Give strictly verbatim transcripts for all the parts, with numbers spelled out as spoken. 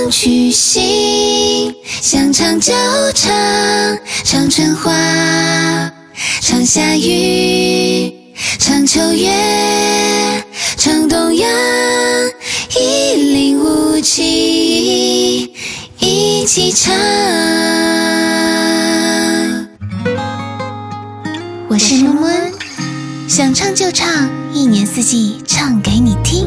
去行，想唱就唱，唱春花，唱夏雨，唱秋月，唱东阳，一零五七，一起唱。我是木木，想唱就唱，一年四季唱给你听。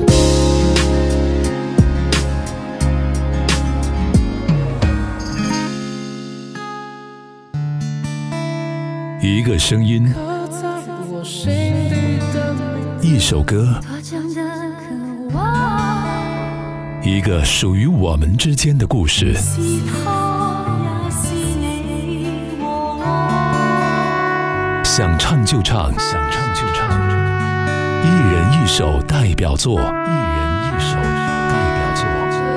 一个声音，一首歌，一个属于我们之间的故事。想唱就唱，想唱就唱，一人一首代表作，一人一首代表作。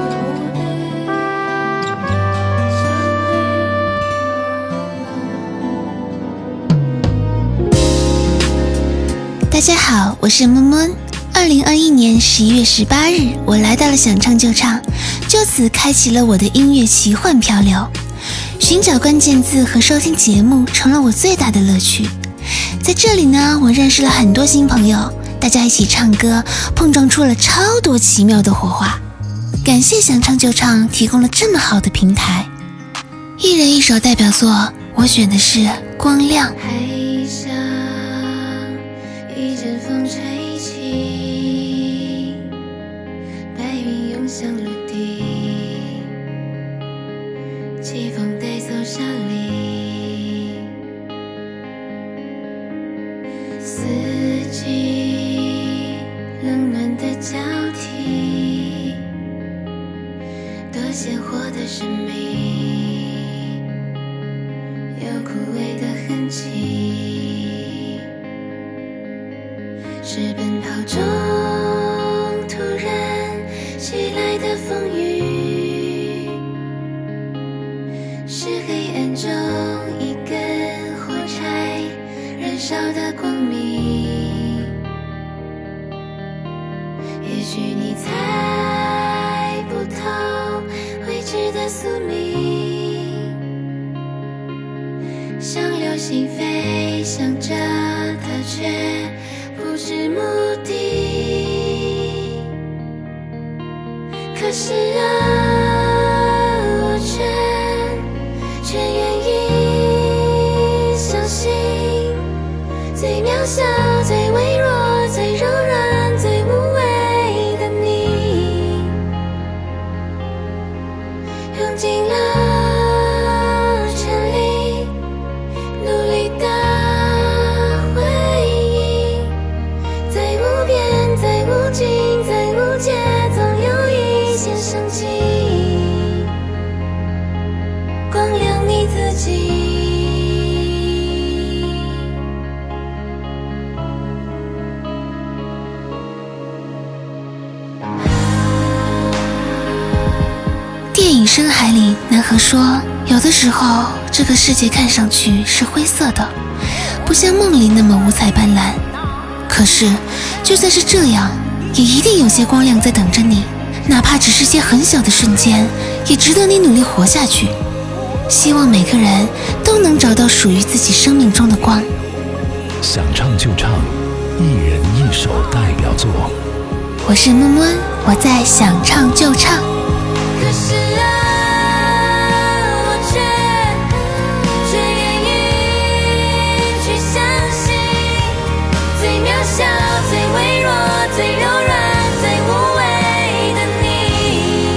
大家好，我是闷闷。二零二一年十一月十八日，我来到了想唱就唱，就此开启了我的音乐奇幻漂流。寻找关键字和收听节目成了我最大的乐趣。在这里呢，我认识了很多新朋友，大家一起唱歌，碰撞出了超多奇妙的火花。感谢想唱就唱提供了这么好的平台。一人一首代表作，我选的是《光亮》。海上一阵风吹起，白云涌向陆地，季风带走沙砾，四季冷暖的交替，多鲜活的生命，有枯萎的痕迹，是奔跑中突然袭来的风雨，是黑暗中一根火柴燃烧的光明。也许你猜不透未知的宿命，像流星飞翔着它却不知目的。可是啊，我却却愿意相信，最渺小最微弱最柔软最无畏的你，用尽了全力努力的回应，在无边在无尽在无界，总有一线生机，光亮你自己。电影《深海》里南河说，有的时候这个世界看上去是灰色的，不像梦里那么五彩斑斓，可是就算是这样，也一定有些光亮在等着你，哪怕只是些很小的瞬间，也值得你努力活下去。希望每个人都能找到属于自己生命中的光。 想唱就唱，一人一首代表作。 我是闷闷，我在想唱就唱。可是啊，我却却愿意去相信，最渺小最微弱最柔软最无畏的你，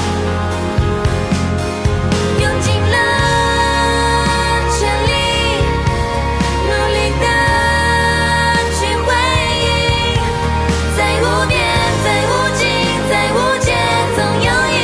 用尽了全力努力的去回应，在无边在无尽在无界，总有一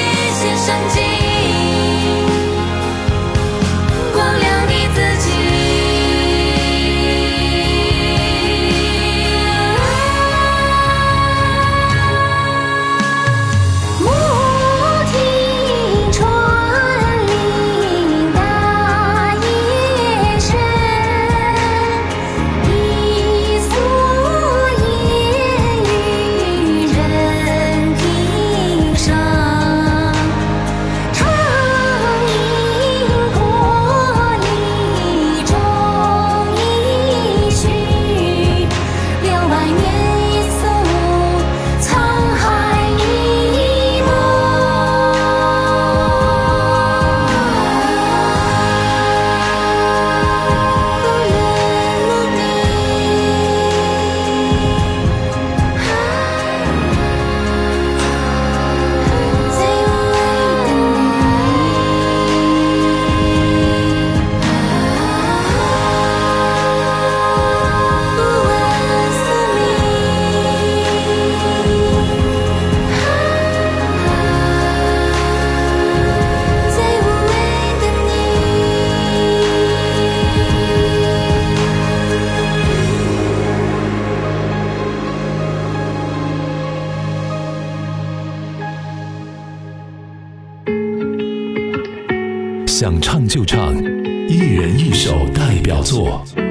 想唱就唱，一人一首代表作。